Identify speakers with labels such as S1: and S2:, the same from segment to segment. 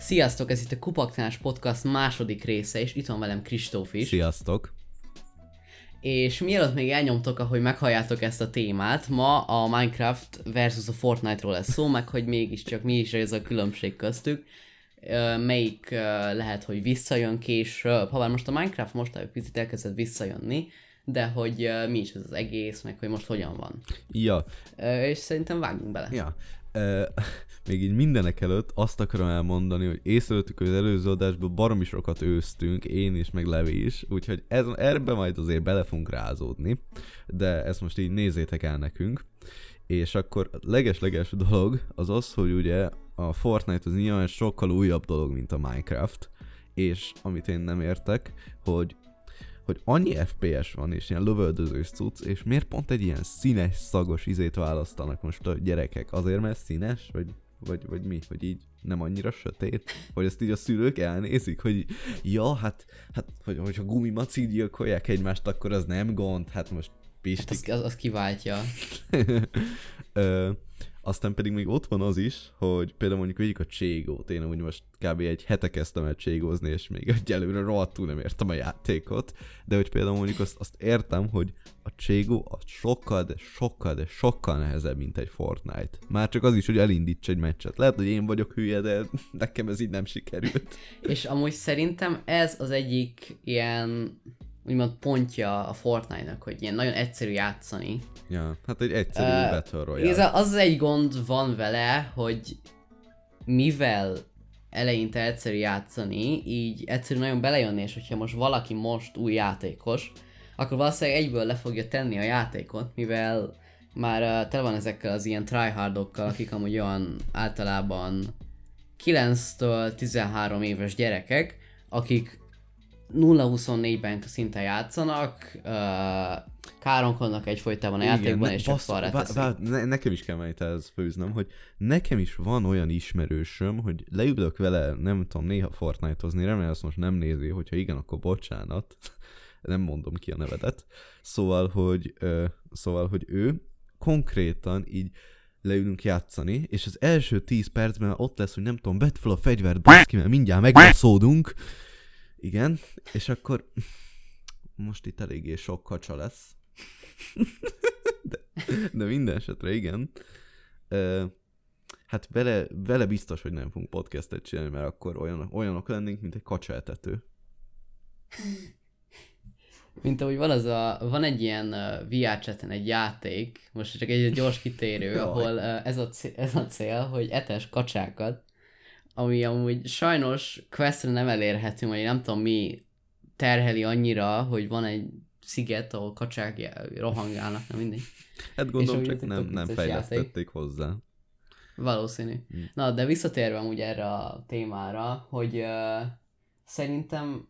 S1: Sziasztok, ez itt a Kupaktanás Podcast második része, és itt van velem Kristóf is.
S2: Sziasztok!
S1: És mielőtt még elnyomtok, ahogy meghalljátok ezt a témát, ma a Minecraft versus a Fortnite-ról lesz szó, meg hogy mégiscsak mi is ez a különbség köztük, melyik lehet, hogy visszajön később, habár most a Minecraft most egy picit elkezdett visszajönni, de hogy mi is ez az egész, meg hogy most hogyan van.
S2: Ja.
S1: És szerintem vágjunk bele.
S2: Ja. Még így mindenek előtt azt akarom elmondani, hogy észrevettük, hogy az előző adásban baromi sokat őztünk, én is, meg Levi is, úgyhogy erbe majd azért bele fogunk rázódni, de ezt most így nézzétek el nekünk. És akkor leges dolog az az, hogy ugye a Fortnite az nyilván sokkal újabb dolog, mint a Minecraft, és amit én nem értek, hogy annyi FPS van, és ilyen lövöldözős cucc, és miért pont egy ilyen színes, szagos izét választanak most a gyerekek? Azért, mert színes? Vagy mi? Hogy így nem annyira sötét? Hogy ezt így a szülők elnézik? Hogy ja, hát hogyha gumimacig gyilkolják egymást, akkor az nem gond, hát most pistik.
S1: Az kiváltja.
S2: Aztán pedig még ott van az is, hogy például mondjuk vegyük a Cségót. Én úgy most kb. Egy hete kezdtem el cségózni, és még egyelőre rohadtul nem értem a játékot. De hogy például mondjuk azt értem, hogy a Cségó az sokkal nehezebb, mint egy Fortnite. Már csak az is, hogy elindíts egy meccset. Lehet, hogy én vagyok hülye, de nekem ez így nem sikerült.
S1: És amúgy szerintem ez az egyik ilyen úgymond pontja a Fortnite-nak, hogy ilyen nagyon egyszerű játszani.
S2: Ja, hát egy egyszerű Battle Royale.
S1: Az egy gond van vele, hogy mivel eleinte egyszerű játszani, így egyszerű nagyon belejönni, és hogyha most valaki most új játékos, akkor valószínűleg egyből le fogja tenni a játékot, mivel már tele van ezekkel az ilyen tryhardokkal, akik amúgy olyan általában 9-től 13 éves gyerekek, akik 0-24-ben szinte játszanak, káromkodnak egyfolytában a játékban, és csak szarra teszik.
S2: Nekem is kell majd ehhez főznöm, hogy nekem is van olyan ismerősöm, hogy leülök vele, nem tudom, néha Fortnite-ozni, remélem azt most nem nézi, hogyha igen, akkor bocsánat, nem mondom ki a nevedet. Szóval, hogy ő konkrétan így leülünk játszani, és az első 10 percben ott lesz, hogy nem tudom, vedd fel a fegyvert, baszki, mert mindjárt megbaszódunk. Igen, és akkor most itt eléggé sok kacsa lesz. de minden esetre igen. Hát vele biztos, hogy nem fogunk podcastet csinálni, mert akkor olyanok lennénk, mint egy kacsaetető.
S1: Mint ahogy van egy ilyen VR chaten egy játék, most csak egy gyors kitérő, ahol ez a cél, hogy etes kacsákat, ami amúgy sajnos questre nem elérhető, vagy nem tudom mi terheli annyira, hogy van egy sziget, ahol kacsák rohangálnak, nem mindegy.
S2: Hát gondolom, csak nem fejlesztették hozzá.
S1: Valószínű. Na, de visszatérve amúgy erre a témára, hogy szerintem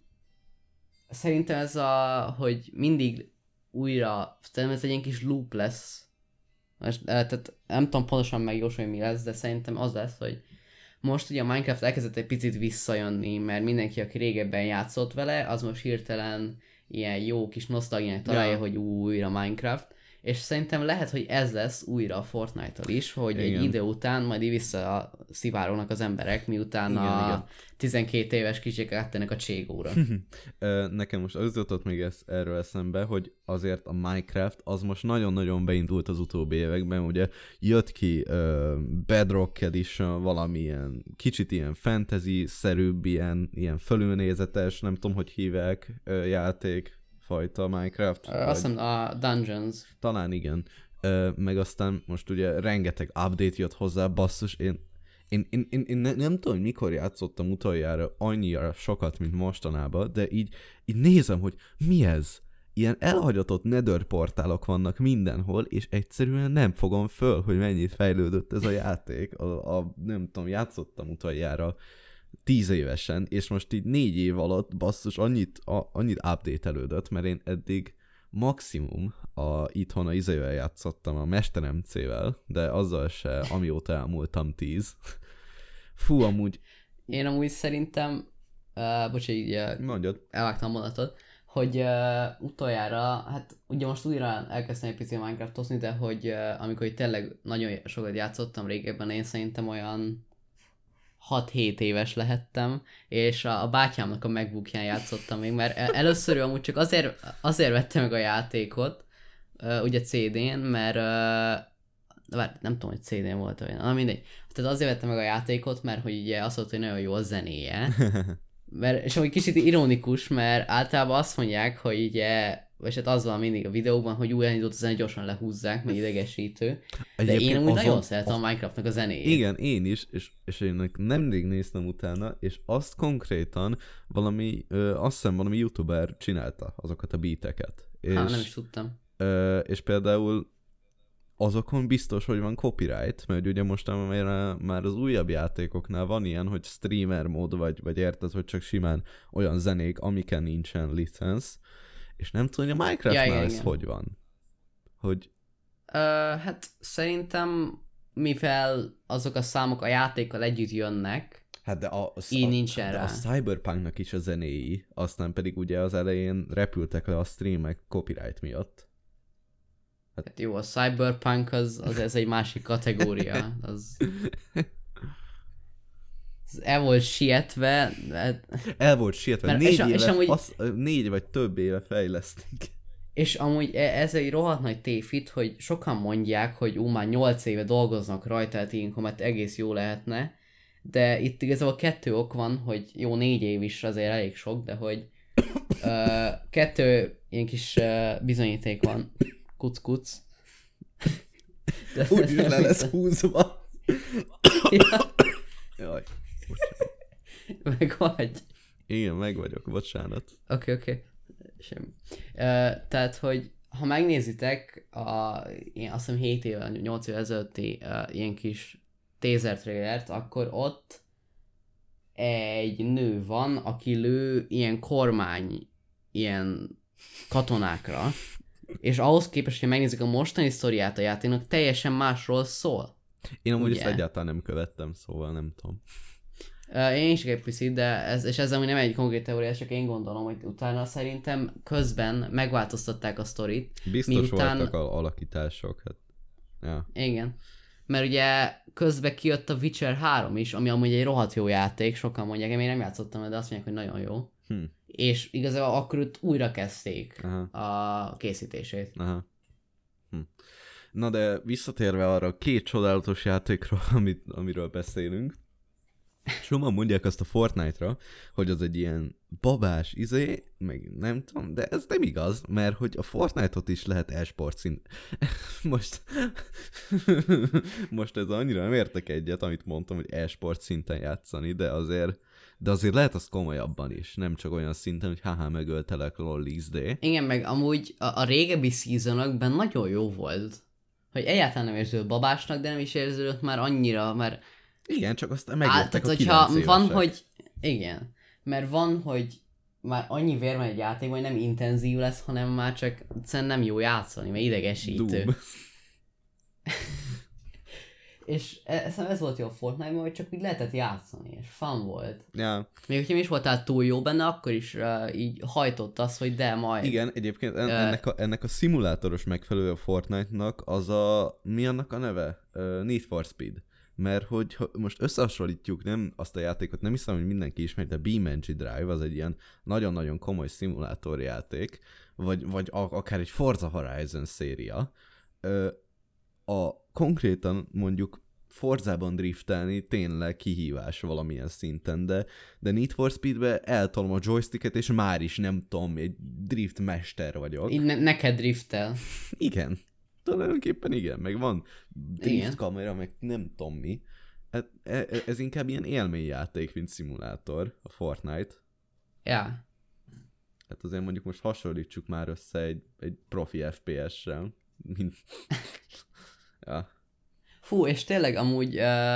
S1: ez hogy mindig újra, szerintem ez egy ilyen kis loop lesz. Most, tehát nem tudom pontosan megjósolni, mi lesz, de szerintem az lesz, hogy most ugye a Minecraft elkezdett egy picit visszajönni, mert mindenki, aki régebben játszott vele, az most hirtelen ilyen jó kis nosztalgiának találja, hogy újra Minecraft. És szerintem lehet, hogy ez lesz újra a Fortnite-tal is, hogy egy idő után majd visszaszivárognak az emberek, miután igen. 12 éves kicsik áttennek a Cségóra.
S2: Nekem most az jutott még erről eszembe, hogy azért a Minecraft az most nagyon-nagyon beindult az utóbbi években, ugye jött ki Bedrock Edition, valamilyen kicsit ilyen fantasy-szerűbb, ilyen fölülnézetes, nem tudom, hogy hívják játék fajta Minecraft.
S1: Azt hiszem a Dungeons.
S2: Talán igen. Meg aztán most ugye rengeteg update jött hozzá, basszus, én nem tudom, hogy mikor játszottam utoljára annyira sokat, mint mostanában, de így nézem, hogy mi ez? Ilyen elhagyatott nether portálok vannak mindenhol, és egyszerűen nem fogom föl, hogy mennyit fejlődött ez a játék. Nem tudom, játszottam utoljára 10 évesen, és most így 4 év alatt basszus annyit update-elődött, mert én eddig maximum itthon a izével játszottam, a Mesterem C-vel, de azzal se, amióta elmúltam 10. Fú, amúgy...
S1: Én amúgy szerintem, elvágtam a mondatot, hogy utoljára, hát ugye most újra elkezdtem egy picit Minecraftozni, de hogy amikor tényleg nagyon sokat játszottam régebben, én szerintem olyan 6-7 éves lehettem, és a bátyámnak a MacBookján játszottam még, mert először amúgy csak azért vettem meg a játékot, ugye CD-n, mert nem tudom, hogy CD-n volt olyan, na mindegy. Tehát azért vettem meg a játékot, mert hogy ugye azt mondta, hogy nagyon jó a zenéje. És amúgy kicsit ironikus, mert általában azt mondják, hogy ugye, vagy hát az van mindig a videóban, hogy új elindult a zene, gyorsan lehúzzák, mert idegesítő. De én amúgy nagyon szeretem a Minecraftnak a zenéjét.
S2: Igen, én is, és én nemrég néztem utána, és azt konkrétan azt hiszem valami youtuber csinálta azokat a beateket.
S1: Nem is tudtam.
S2: És például azokon biztos, hogy van copyright, mert ugye most már az újabb játékoknál van ilyen, hogy streamer mód, vagy érted, hogy csak simán olyan zenék, amiken nincsen licensz, és nem tudom, hogy a Minecraftnál ez hogy van? Hogy...
S1: Hát szerintem, mivel azok a számok a játékkal együtt jönnek,
S2: hát de
S1: így nincsen rá.
S2: A Cyberpunknak is a zenéi, aztán pedig ugye az elején repültek le a streamek copyright miatt.
S1: Hát jó, a Cyberpunk ez egy másik kategória. Az el volt sietve.
S2: El volt sietve.
S1: És amúgy,
S2: 4 vagy több éve fejlesztik.
S1: És amúgy ez egy rohadt nagy tévhit, hogy sokan mondják, hogy már 8 éve dolgoznak rajta, tehát ilyenkor mert egész jó lehetne. De itt igazából 2 ok van, hogy jó 4 év is azért elég sok, de hogy 2 ilyen kis bizonyíték van. Kuc.
S2: Úgyis le lesz húzva.
S1: Ja.
S2: Jaj,
S1: Meg vagy.
S2: Igen, meg vagyok, bocsánat.
S1: Oké. Semmi. Tehát, hogy ha megnézitek azt hiszem 7 éve, 8 éve ezelőtti ilyen kis teaser trailert, akkor ott egy nő van, aki lő ilyen kormány, ilyen katonákra, és ahhoz képest, hogy megnézzük a mostani sztoriát a játéknak, teljesen másról szól.
S2: Én amúgy ezt egyáltalán nem követtem, szóval nem tudom.
S1: Én is egy picit, de ez amúgy nem egy konkrét teória, csak én gondolom, hogy utána szerintem közben megváltoztatták a sztorit.
S2: Biztos voltak alakítások, hát. Ja.
S1: Igen. Mert ugye közben kijött a Witcher 3 is, ami amúgy egy rohadt jó játék, sokan mondják, én még nem játszottam, de azt mondják, hogy nagyon jó. És igazából akkor őt újra kezdték a készítését.
S2: Aha. Na de visszatérve arra a 2 csodálatos játékról, amiről beszélünk, sokan mondják azt a Fortnite-ra, hogy az egy ilyen babás meg nem tudom, de ez nem igaz, mert hogy a Fortnite-ot is lehet e-sport szint. Most ez annyira nem értek egyet, amit mondtam, hogy e-sport szinten játszani, de azért lehet az komolyabban is, nem csak olyan szinten, hogy haha, megöltelek lol XD.
S1: Igen, meg amúgy a régebbi seasonokban nagyon jó volt, hogy egyáltalán nem érződött babásnak, de nem is érződött már annyira, mert
S2: igen, csak aztán megjöttek a 9 évesek.
S1: Van, hogy igen, mert van, hogy már annyi vér van egy játékban, hogy nem intenzív lesz, hanem már csak egyszerűen nem jó játszani, mert idegesítő. És ez volt jó a Fortnite-ban, hogy csak úgy lehetett játszani, és fun volt.
S2: Ja.
S1: Még hogyha nem is voltál túl jó benne, akkor is így hajtott az, hogy de majd.
S2: Igen, egyébként ennek a szimulátoros megfelelő a Fortnite-nak mi annak a neve? Need for Speed. Mert hogy most összehasonlítjuk, nem azt a játékot, nem hiszem, hogy mindenki ismeri, de BeamNG Drive az egy ilyen nagyon-nagyon komoly szimulátorjáték, vagy akár egy Forza Horizon széria. Konkrétan mondjuk Forzában driftelni tényleg kihívás valamilyen szinten, de Need for Speedbe eltolom a joysticket, és már is nem tudom, egy drift mester vagyok.
S1: Neked driftel.
S2: Igen. Tulajdonképpen igen, meg van drift kamera, meg nem tudom mi. Hát ez inkább ilyen élményjáték, mint szimulátor, a Fortnite.
S1: Ja.
S2: Hát azért mondjuk most hasonlítsuk már össze egy profi FPS-sel. Ja.
S1: Fú, és tényleg amúgy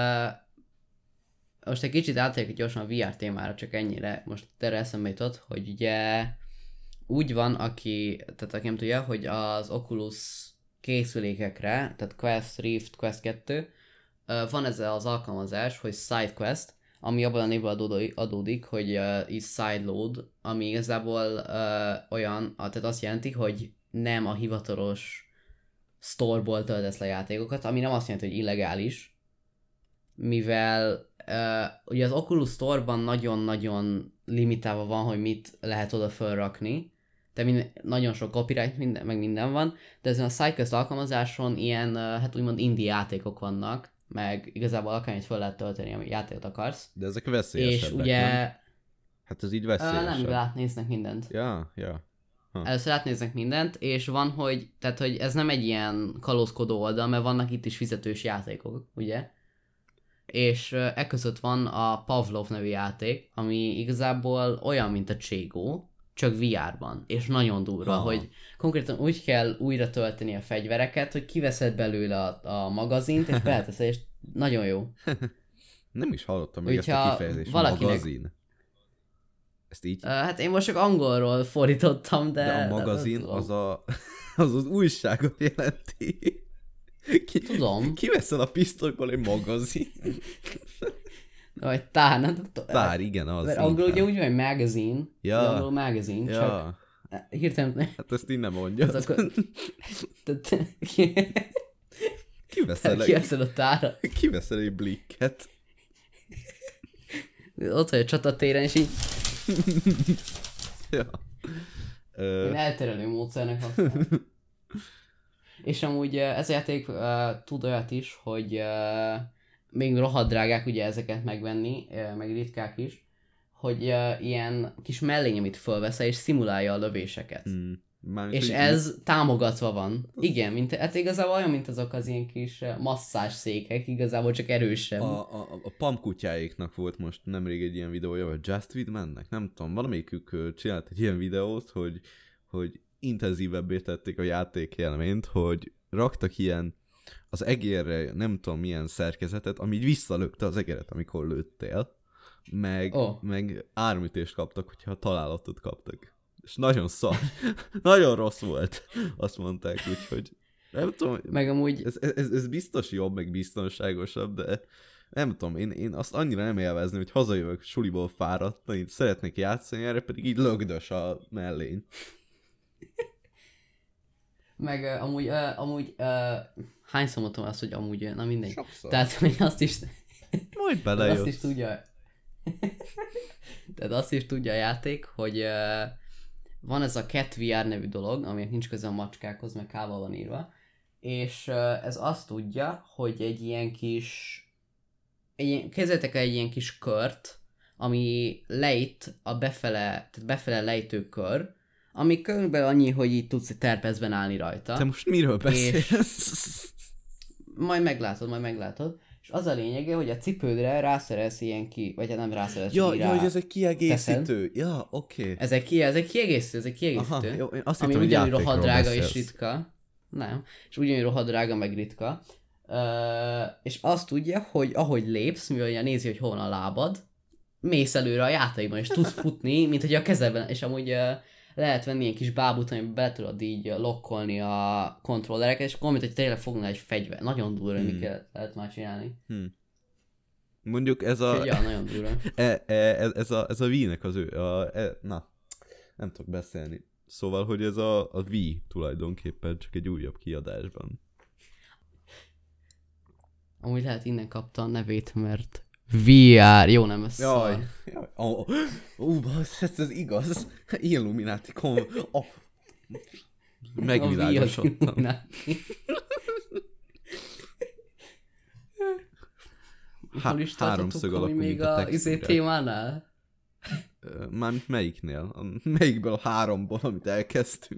S1: most egy kicsit átérjük gyorsan a VR témára, csak ennyire most erre eszembe jutott, hogy ugye úgy van, aki nem tudja, hogy az Oculus készülékekre, tehát Quest, Rift, Quest 2, van ez az alkalmazás, hogy SideQuest, ami abban a névből adódik, hogy is sideload, ami igazából olyan, tehát azt jelenti, hogy nem a hivatalos storeból töltesz le játékokat, ami nem azt jelenti, hogy illegális, mivel ugye az Oculus Store-ban nagyon-nagyon limitálva van, hogy mit lehet oda felrakni, de nagyon sok copyright, meg minden van, de ezen a Cycles alkalmazáson ilyen, hát úgymond indie játékok vannak, meg igazából akármit fel lehet tölteni, ami játékot akarsz.
S2: De ezek veszélyesebbek,
S1: és ugye,
S2: nem? Hát ez így veszélyesebb.
S1: nem, mivel átnéznek mindent.
S2: Ja.
S1: Először átnéznek mindent, és van, hogy ez nem egy ilyen kalózkodó oldal, mert vannak itt is fizetős játékok, ugye? És eközött van a Pavlov nevű játék, ami igazából olyan, mint a Cségó, csak VR-ban, és nagyon durva, hogy konkrétan úgy kell újra tölteni a fegyvereket, hogy kiveszed belőle a magazint, és beleteszed, és nagyon jó.
S2: Nem is hallottam még ezt a kifejezést, magazin. Ezt így?
S1: Hát én most csak angolról fordítottam, de
S2: a magazin az újságot jelenti.
S1: Tudom.
S2: Kiveszel a pisztolyból egy magazin.
S1: Vagy tár, nem?
S2: Tár, igen, az.
S1: Mert angol ugye úgy van, hogy magazine.
S2: Ja.
S1: Angol magazine, csak hirtelen...
S2: Hát ezt így nem mondja.
S1: Akkor...
S2: Kiveszel
S1: a tárat.
S2: Kiveszel egy blikket.
S1: Ott vagy a csatatéren, és így...
S2: Ja.
S1: Én elterelő módszernek használom. És amúgy ez a játék tud olyat is, hogy még rohadt drágák ugye ezeket megvenni, meg ritkák is, hogy ilyen kis mellény, amit fölveszel, és szimulálja a lövéseket. És ez támogatva van. Igen, hát igazából olyan, mint azok az ilyen kis masszás székek, igazából csak erősebb.
S2: A PAM kutyáiknak volt most nemrég egy ilyen videója, vagy Just With Mennek, nem tudom, valamelyikük csinált egy ilyen videót, hogy intenzívebbé tették a játék élményt, hogy raktak ilyen az egérre nem tudom milyen szerkezetet, ami így visszalökte az egeret, amikor lőttél, meg ármütést kaptak, hogyha találatot kaptak. És nagyon szar. Nagyon rossz volt, azt mondták, úgyhogy nem tudom,
S1: meg amúgy...
S2: ez biztos jobb, meg biztonságosabb, de nem tudom, én azt annyira nem élvezni, hogy hazajövök suliból fáradt, így szeretnék játszani, erre pedig így lögdös a mellény.
S1: Meg amúgy hányszor mondtam azt, hogy amúgy, na mindegy.
S2: Sokszor.
S1: Tehát hogy azt is...
S2: Majd belejössz.
S1: Azt is tudja... Tehát azt is tudja a játék, hogy van ez a Cat VR nevű dolog, aminek nincs köze a macskákhoz, meg K-val van írva, és ez azt tudja, hogy egy ilyen kis... Képzeljétek el egy ilyen kis kört, ami lejt a befele lejtő kör, ami körülbelül annyi, hogy így tudsz egy terpezben állni rajta.
S2: Te most miről beszélsz?
S1: Majd meglátod. És az a lényege, hogy a cipődre rászerelsz ilyen vagy nem rászerelsz ki rá.
S2: Ja, hogy ez egy kiegészítő.
S1: Teszed.
S2: Ja, oké.
S1: Ez egy kiegészítő.
S2: Aha, jó, én azt
S1: ami
S2: hittem,
S1: ugyanúgy
S2: hogy
S1: rohadt drága
S2: beszélsz.
S1: és ritka. Nem. És ugyanúgy rohadt drága meg ritka. És azt tudja, hogy ahogy lépsz, mivel nézi, hogy hol van a lábad, mész előre a játékban, és tudsz futni, mint hogy a kezedben, és amúgy lehet venni ilyen kis bábút, amiben be tudod így lokkolni a kontrollereket, és akkor mint, hogy tényleg fognál egy fegyver. Nagyon durva, hogy mit lehet már csinálni.
S2: Mondjuk ez a...
S1: Ja, nagyon durva.
S2: ez a Wii-nek az na, nem tudok beszélni. Szóval, hogy ez a Wii tulajdonképpen csak egy újabb kiadásban.
S1: Amúgy lehet innen kapta a nevét, mert VR, jó nem, ez
S2: Jaj. Ez igaz. Illuminati megvilágosodtam.
S1: Hol is tartottuk, hogy még a témánál?
S2: Mármint melyiknél? Melyikből a 3-ból, amit elkezdtünk?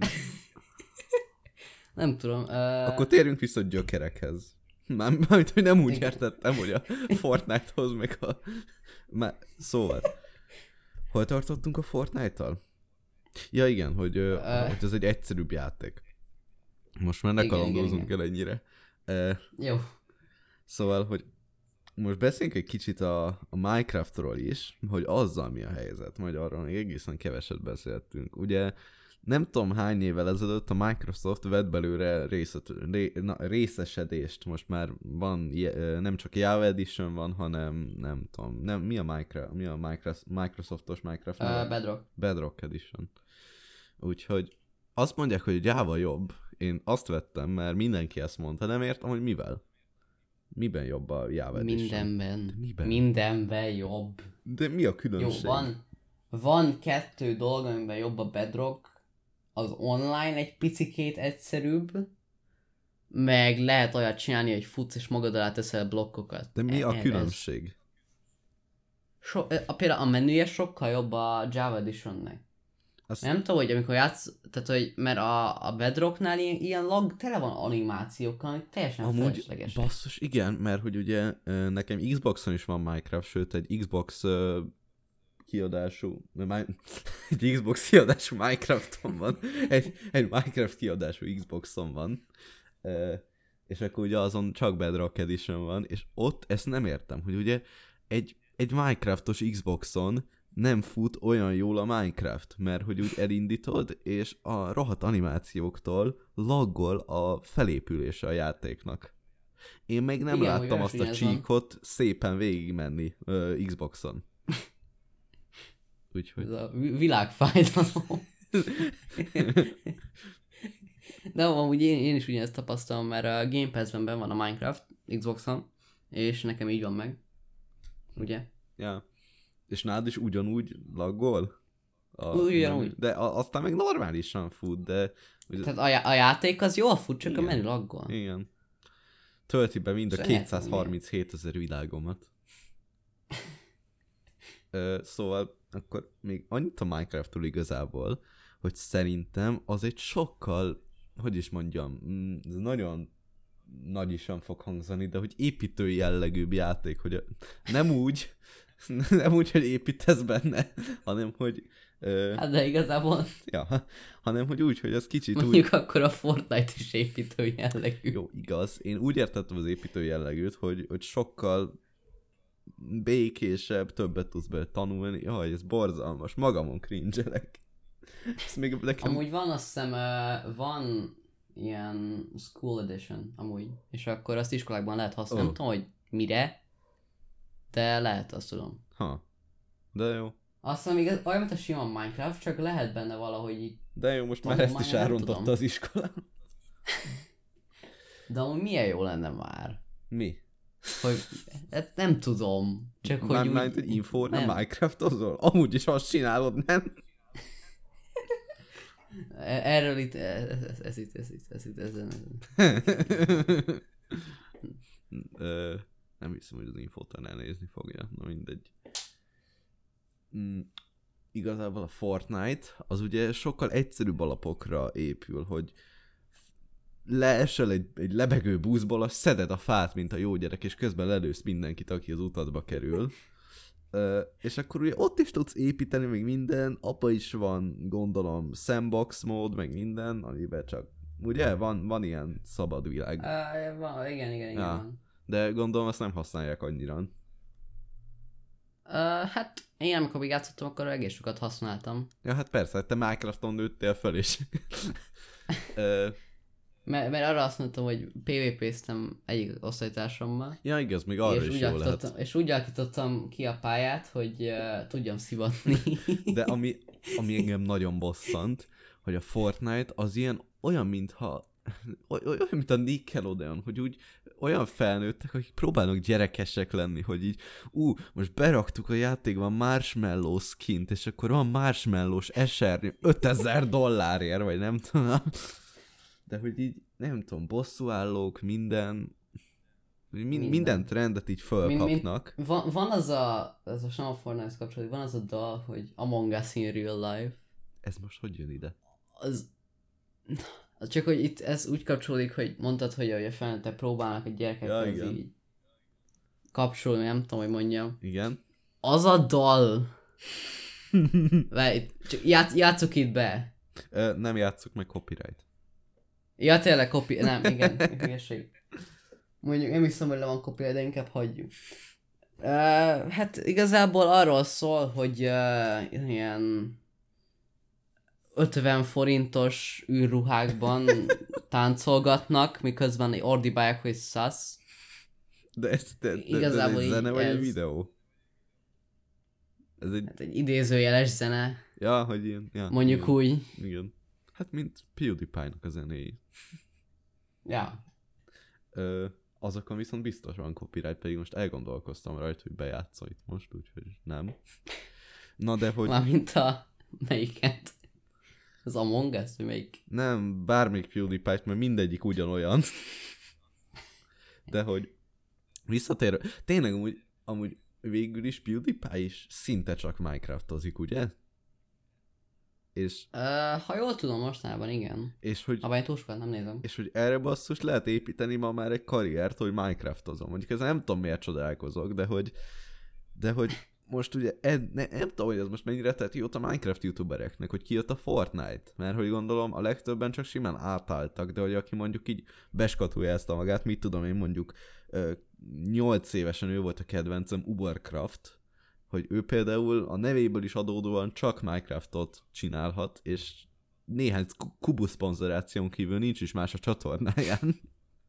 S1: Nem tudom.
S2: Akkor térjünk vissza a gyökerekhez. Mármint, hogy nem úgy értettem, hogy a Fortnite-hoz meg a... Szóval, hol tartottunk a Fortnite-tal? Ja igen, hogy ez egy egyszerűbb játék. Most már ne kalandozunk el ennyire.
S1: Jó.
S2: Szóval, hogy most beszéljünk egy kicsit a Minecraftról is, hogy azzal mi a helyzet, majd arról még egészen keveset beszéltünk. Ugye nem tudom hány évvel ezelőtt a Microsoft vett belőle részesedést, most már van, nem csak Java Edition van, hanem nem tudom, mi a Microsoftos Minecraft? Bedrock Edition. Úgyhogy azt mondják, hogy Java jobb, én azt vettem, mert mindenki ezt mondta, nem értem, hogy mivel. Miben jobb a Java Edition?
S1: Mindenben.
S2: Miben?
S1: Mindenben jobb.
S2: De mi a
S1: Jó,
S2: különbség?
S1: van 2 dolog, amiben jobb a Bedrock. Az online egy picikét egyszerűbb, meg lehet olyat csinálni, hogy futsz és magad alá teszel blokkokat.
S2: De mi a különbség?
S1: Például a menüje sokkal jobb a Java Editionnek. Nem tudom, hogy amikor tehát hogy, mert a Bedrocknál ilyen lag tele van animációkkal, amik teljesen feleslegesek.
S2: Basszus, igen, mert hogy ugye nekem Xboxon is van Minecraft, sőt egy Xbox kiadású, egy Xbox kiadású Minecrafton van, egy Minecraft kiadású Xboxon van, és akkor ugye azon csak Bedrock Edition van, és ott ezt nem értem, hogy ugye egy Minecraftos Xboxon nem fut olyan jól a Minecraft, mert hogy úgy elindítod, és a rohadt animációktól laggol a felépülése a játéknak. Én még nem láttam azt a csíkot szépen végigmenni Xboxon. Úgyhogy...
S1: Ez a világfájdalom. De amúgy én is ugyanezt tapasztalom, mert a Game Pass-ben benn van a Minecraft Xboxon, és nekem így van meg. Ugye?
S2: Ja. És nálad is ugyanúgy laggol?
S1: Ugyanúgy.
S2: De aztán meg normálisan fut, de...
S1: Tehát a játék az jól fut, csak igen. A menü laggol.
S2: Igen. Tölti be mind a 237 000 világomat. Szóval akkor még annyit a Minecraft-tól igazából, hogy szerintem az egy sokkal, hogy is mondjam, ez nagyon nagyisan fog hangzani, de hogy építő jellegűbb játék, hogy nem úgy, hogy építesz benne, hanem hogy...
S1: Hát de igazából...
S2: Ja, hanem hogy úgy, hogy az kicsit
S1: mondjuk akkor a Fortnite is építő jellegű.
S2: Jó, igaz. Én úgy értettem az építő jellegűt, hogy sokkal békésebb, többet tudsz bele tanulni. Jaj, ez borzalmas, magamon cringe-elek.
S1: Amúgy van, azt hiszem, van ilyen School Edition, amúgy. És akkor azt iskolákban lehet használni. Nem tudom, hogy mire, de lehet, azt tudom.
S2: De jó.
S1: Azt hiszem, igaz, olyan, mint a sima Minecraft, csak lehet benne valahogy így...
S2: De jó, most már ezt is elrontotta az iskolán.
S1: De amúgy milyen jó lenne már?
S2: Mi?
S1: Hogy, hát nem tudom. Csak hogy
S2: úgy... hogy info, nem Minecraftozol? Amúgy is azt csinálod, nem?
S1: Erről itt, ez itt.
S2: Nem hiszem, hogy az infótán elnézni fogja, na mindegy. Igazából a Fortnite az ugye sokkal egyszerűbb alapokra épül, hogy leesel egy lebegő buszból, azt szeded a fát, mint a jó gyerek, és közben lelősz mindenkit, aki az utadba kerül. És akkor ugye ott is tudsz építeni, meg minden, apa is van, gondolom, sandbox mód, meg minden, amiben csak, ugye, van ilyen szabad világ.
S1: Igen,
S2: ja. De gondolom, azt nem használják annyira.
S1: Hát én amikor még játszottam, akkor egész sokat használtam.
S2: Ja, hát persze, te Minecrafton nőttél fel is.
S1: Mert arra azt mondtam, hogy PvP-ztem egyik osztálytársammal.
S2: Ja, igaz, még arra is jó lehet.
S1: És úgy alakítottam ki a pályát, hogy tudjam szivatni.
S2: De ami engem nagyon bosszant, hogy a Fortnite az olyan, mintha olyan, mint a Nickelodeon, hogy úgy olyan felnőttek, akik próbálnak gyerekesek lenni, hogy így, most beraktuk a játékban marshmallow skint, és akkor van marshmallows esernyő $5000, vagy nem tudom. De hogy így, nem tudom, bosszúállók, minden trendet így fölkapnak.
S1: Van az a sem a Fortnite kapcsolatban, van az a dal, hogy Among Us in Real Life.
S2: Ez most hogy jön ide?
S1: Az csak, hogy itt ez úgy kapcsolódik, hogy mondtad, hogy a felnőttek próbálnak a gyerekekhez így kapcsolni, nem tudom, hogy mondjam.
S2: Igen.
S1: Az a dal! Csak játsszuk itt be.
S2: Nem játsszuk meg copyright.
S1: Ja, tényleg nem, igen, hülyeség. Mondjuk nem hiszem, hogy le van copyright, de inkább hagyjuk. Hát igazából arról szól, hogy ilyen 50 forintos űrruhákban táncolgatnak, miközben ordibálják, hogy szasz.
S2: De ez egy zene vagy egy videó? Ez
S1: egy idézőjeles zene.
S2: Ja, hogy ilyen. Ja,
S1: mondjuk
S2: igen.
S1: úgy.
S2: Igen. Hát mint PewDiePie-nak a zenéi.
S1: Ja.
S2: azokon viszont biztos van copyright, pedig most elgondolkoztam rajta, hogy bejátszom itt most, úgyhogy nem. Na de hogy...
S1: Mármint a... melyiket? Az Among Us, vagy melyik?
S2: Nem, bármelyik PewDiePie-t, mert mindegyik ugyanolyan. De hogy visszatérve... Tényleg amúgy végül is PewDiePie is szinte csak Minecraftozik, ugye? És...
S1: ha jól tudom, mostanában igen.
S2: És hogy...
S1: Ha bár túl sokat nem nézem.
S2: És hogy erre basszus lehet építeni ma már egy karriert, hogy Minecraftozom. Mondjuk ez nem tudom miért csodálkozok, de hogy most ugye, nem tudom, hogy ez most mennyire tett jót a Minecraft youtubereknek, hogy kijött a Fortnite. Mert hogy gondolom, a legtöbben csak simán átálltak, de hogy aki mondjuk így beskatujázta magát, mit tudom én mondjuk 8 évesen ő volt a kedvencem, Ubercraft, hogy ő például a nevéből is adódóan csak Minecraftot csinálhat, és néhány Kubu szponzoráción kívül nincs is más a csatornáján.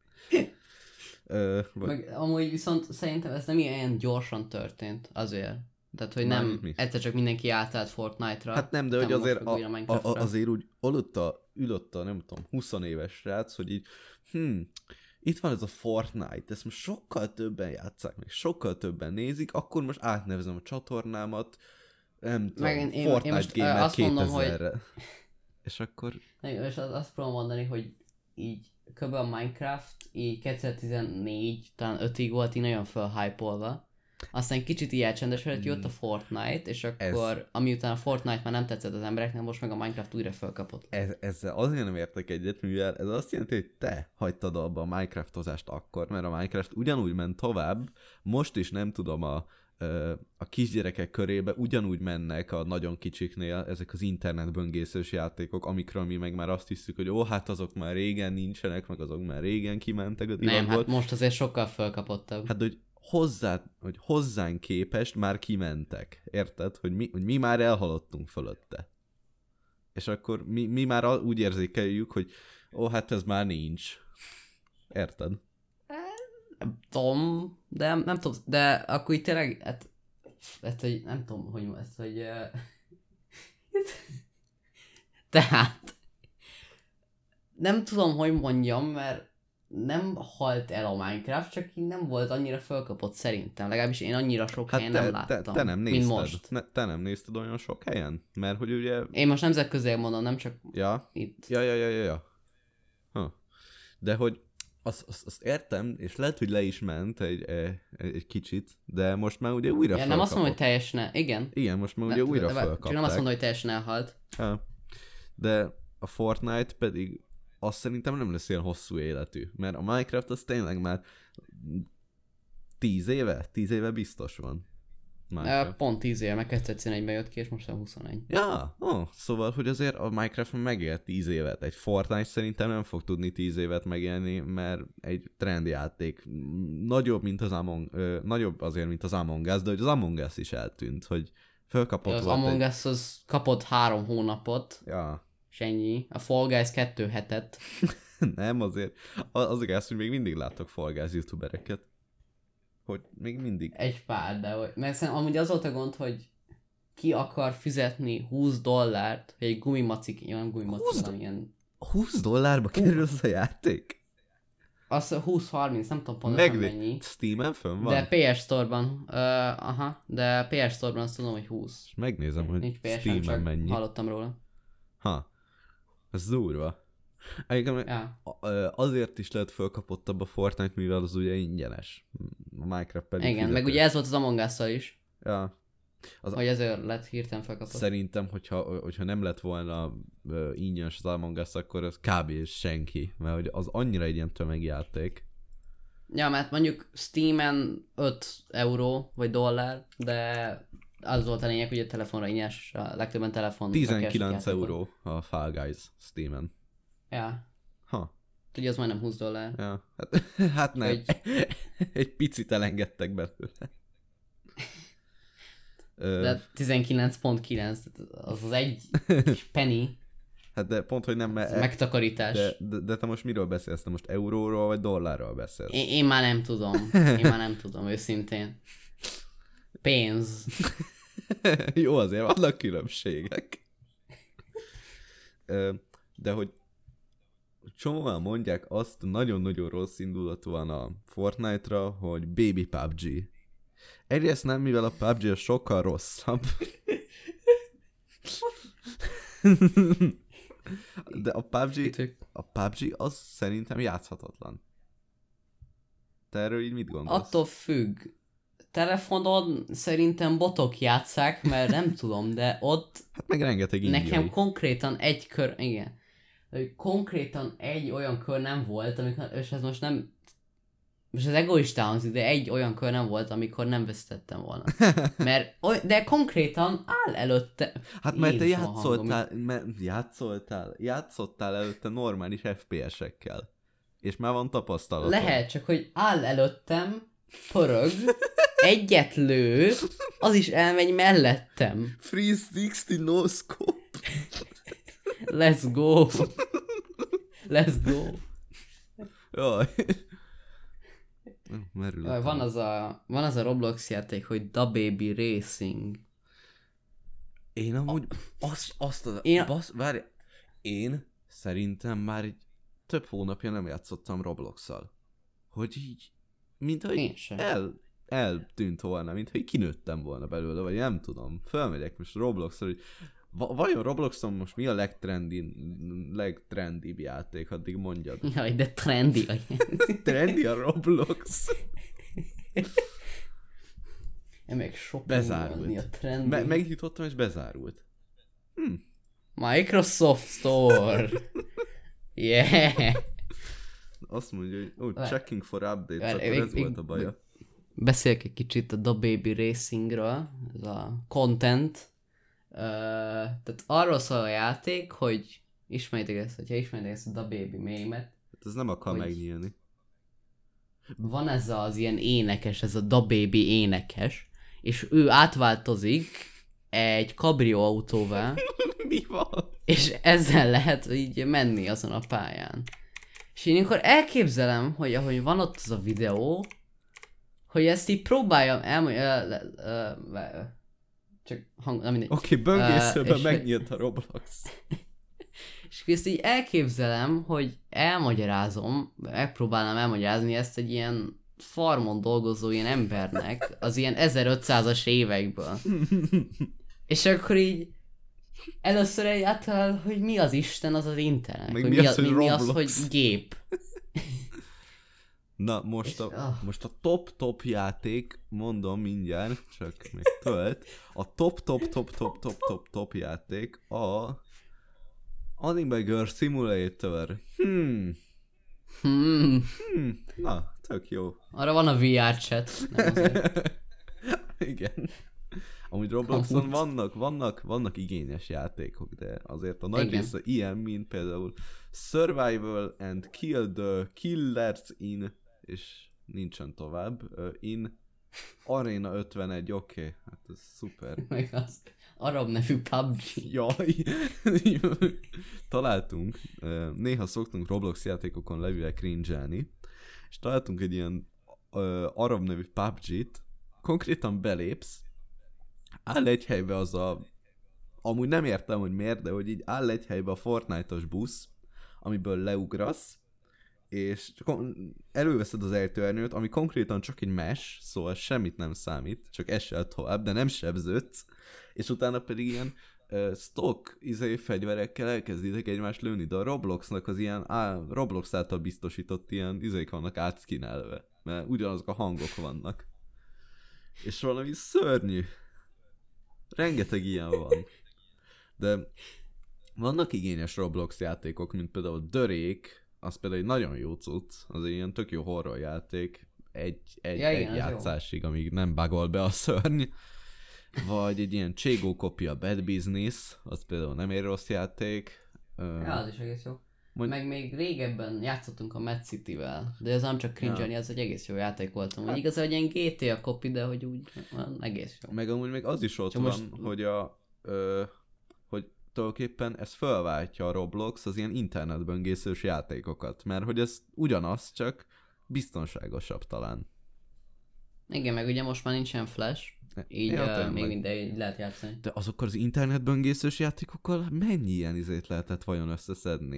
S1: Meg amúgy viszont szerintem ez nem ilyen gyorsan történt azért. Tehát, hogy nem egyszer csak mindenki átállt Fortnite-ra.
S2: Hát nem, de hogy azért azért úgy ülött a nem tudom, 20 éves srác, hogy így itt van ez a Fortnite, ezt most sokkal többen játsszák meg, sokkal többen nézik, akkor most átnevezem a csatornámat, nem tudom, Fortnite Gamer 2000-re. És akkor...
S1: És azt próbálom mondani, hogy így kb. A Minecraft így 2014, talán 5-ig volt így nagyon felhype-olva. Aztán kicsit így elcsendesedett, jött a Fortnite, és akkor amiután a Fortnite már nem tetszett az embereknek, most meg a Minecraft újra felkapott.
S2: Ezzel azért nem értek egyet, mivel ez azt jelenti, hogy te hagytad abba a Minecraftozást akkor, mert a Minecraft ugyanúgy ment tovább, most is nem tudom a kisgyerekek körébe ugyanúgy mennek a nagyon kicsiknél ezek az internetböngészős játékok, amikről mi meg már azt hiszük, hogy hát azok már régen nincsenek, meg azok már régen kimentek a divatból.
S1: Nem, hát most azért sokkal felkapottabb.
S2: Hát, hogy hozzánk képest már kimentek. Érted? Hogy mi már elhaladtunk fölötte. És akkor mi már úgy érzékeljük, hogy hát ez már nincs. Érted?
S1: Nem tudom, de nem tudom, de akkor itt tényleg, hogy nem tudom, hogy ezt, hogy tehát nem tudom, hogy mondjam, mert nem halt el a Minecraft, csak így nem volt annyira fölkapott szerintem. Legalábbis én annyira sok helyen nem láttam,
S2: te nem nézted,
S1: mint most.
S2: Te nem nézted olyan sok helyen? Mert hogy ugye...
S1: Én most nemzetközileg mondom, nem csak itt.
S2: Ja. De hogy azt értem, és lehet, hogy le is ment egy kicsit, de most már ugye újra
S1: nem azt mondom, hogy teljesen, igen.
S2: Igen, most már ugye újra felkapták.
S1: Csak nem azt mondom, hogy teljesen elhalt.
S2: Ja. De a Fortnite pedig azt szerintem nem lesz ilyen hosszú életű, mert a Minecraft az tényleg már 10 éve biztos van.
S1: Pont 10 éve, meg 2011-ben jött ki, és most 21.
S2: Ja, szóval, hogy azért a Minecraft megélt 10 évet. Egy Fortnite szerintem nem fog tudni 10 évet megélni, mert egy trendjáték nagyobb azért, mint az Among Us, de hogy az Among Us is eltűnt, hogy fölkapott
S1: az Among Us az kapott 3 hónapot.
S2: Ja.
S1: És ennyi. A Fall Guys 2 hetet.
S2: Nem, azért. Az igaz, hogy még mindig látok Fall Guys youtubereket. Hogy még mindig.
S1: Egy pár, de hogy... Mert szerintem amúgy az volt a gond, hogy ki akar fizetni $20, hogy egy gumimacik, nem gumimacik, hanem ilyen...
S2: $20 kerül az a játék?
S1: Az 20-30, nem tudom pontosan mennyi.
S2: Steamen fönn van?
S1: De PS Store-ban, de PS Store-ban azt tudom, hogy 20.
S2: És megnézem, hogy
S1: nincs PS-en,
S2: Steamen mennyi.
S1: Hallottam róla.
S2: Ez durva. Ja. Azért is lehet fölkapottabb a Fortnite, mivel az ugye ingyenes. A Minecraft pedig
S1: igen, fizető. Meg ugye ez volt az Among Us-szal is.
S2: Ja.
S1: Hogy ezért lett hirtelen felkapott.
S2: Szerintem, hogyha nem lett volna ingyenes az Among Us, akkor az kb. Senki. Mert hogy az annyira egy ilyen tömegjáték.
S1: Ja, mert mondjuk Steamen 5 euró vagy dollár, de az volt a lényeg, hogy a telefonra ingyenes, a legtöbben telefon.
S2: 19 euró a Fall Guys Steamen.
S1: Ja. Tudja, az majdnem $20.
S2: Ja. Hát nem. Egy picit elengedtek belőle.
S1: De 19.9, az egy penny.
S2: Hát de pont, hogy nem...
S1: megtakarítás.
S2: De te most miről beszélsz? Te most euróról vagy dollárról beszélsz?
S1: Én már nem tudom. Őszintén. Pénz.
S2: Jó, azért vannak különbségek. De hogy csomóan mondják azt nagyon-nagyon rossz indulatúan a Fortnite-ra, hogy baby PUBG. Egyrészt nem, mivel a PUBG az sokkal rosszabb. De a PUBG az szerintem játszhatatlan. Te erről így mit gondolsz?
S1: Attól függ. Telefonon szerintem botok játsszák, mert nem tudom, de ott
S2: Hát meg rengeteg indiai.
S1: nekem konkrétan egy kör, igen, konkrétan egy olyan kör nem volt, amikor, és ez most nem, most az egoista hangzik, de egy olyan kör nem volt, amikor nem vesztettem volna. De konkrétan áll előtte.
S2: Hát mert te játszottál előtte normális FPS-ekkel. És már van tapasztalatod.
S1: Lehet, csak hogy áll előttem, pörög, egyet lő, az is elmegy mellettem.
S2: 360 no scope.
S1: Let's go. Let's go.
S2: Jaj. Merületem.
S1: Van az a Roblox játék, hogy The Baby Racing.
S2: Én amúgy én szerintem már egy több hónapja nem játszottam Roblox-szal. Hogy így, mintha eltűnt volna, mintha így kinőttem volna belőle, vagy nem tudom. Felmegyek most Roblox-ra, hogy vajon Robloxon most mi a legtrendibb játék, addig mondjad.
S1: Jaj, de trendi.
S2: Trendi a Roblox.
S1: Meg shopping
S2: bezárult.
S1: A trendi.
S2: Megnyitottam és bezárult.
S1: Microsoft Store. Yeah.
S2: Azt mondja, hogy checking for updates, akkor ez volt a baja.
S1: Beszéljek egy kicsit a The Baby Racingről, ez a content. Tehát arról szól a játék, hogy ismeritek ezt a The Baby meme-et.
S2: Hát ez nem akar megnyílni.
S1: Van ez az ilyen énekes, ez a The Baby énekes, és ő átváltozik egy kabrióautóvá.
S2: Mi van?
S1: És ezzel lehet így menni azon a pályán. És én akkor elképzelem, hogy ahogy van ott az a videó, hogy ezt így próbáljam csak hang, nem mindegy.
S2: Oké, böngészőben megnyílt a Roblox.
S1: És ezt így elképzelem, hogy megpróbálnám elmagyarázni ezt egy ilyen farmon dolgozó ilyen embernek az ilyen 1500-as évekből. És akkor így először egyáltalán, hogy mi az Isten, az az internet. Hogy mi az, hogy gép.
S2: Na, most a top játék, mondom mindjárt, csak még tölt. A top játék a Anime Girl Simulator. Na, tök jó.
S1: Arra van a VR chat.
S2: Igen. Amúgy Robloxon vannak igényes játékok, de azért a nagy része ilyen, mint például Survival and Kill the Killers in, és nincsen tovább, in Arena 51, oké, hát ez szuper.
S1: Meg az arab nevű PUBG.
S2: Jaj, találtunk, néha szoktunk Roblox játékokon levél cringe-elni, és találtunk egy ilyen arab nevű PUBG-t, konkrétan belépsz, áll egy helybe az amúgy nem értem, hogy miért, de hogy így áll egy helybe a Fortnite-os busz, amiből leugrasz, és előveszed az ejtőernyőt, ami konkrétan csak egy mesh, szóval semmit nem számít, csak esel tovább, de nem sebződsz, és utána pedig ilyen stock fegyverekkel elkezditek egymást lőni, de a Robloxnak az ilyen Roblox által biztosított ilyen izék vannak átszkinelve, mert ugyanazok a hangok vannak. És valami szörnyű. Rengeteg ilyen van. De vannak igényes Roblox játékok, mint például The Rake, az például egy nagyon jó cucc, az egy ilyen tök jó horror játék, egy játszásig, amíg nem bugol be a szörny. Vagy egy ilyen Chego kopia Bad Business, az például nem egy rossz játék.
S1: Ja, az is egész jó. Meg még régebben játszottunk a Mad City-vel, de ez nem csak cringe-elni, ez egy egész jó játék volt. Hát. Igaz, hogy ilyen GTA copy, de hogy úgy egész jó.
S2: Meg amúgy még az is ott van, hogy hogy tulajdonképpen ez felváltja a Roblox az ilyen internetböngészős játékokat, mert hogy ez ugyanaz, csak biztonságosabb talán.
S1: Igen, meg ugye most már nincsen flash, így még minden lehet játszani.
S2: De azokkal az internetböngészős játékokkal mennyi ilyen izét lehetett vajon összeszedni?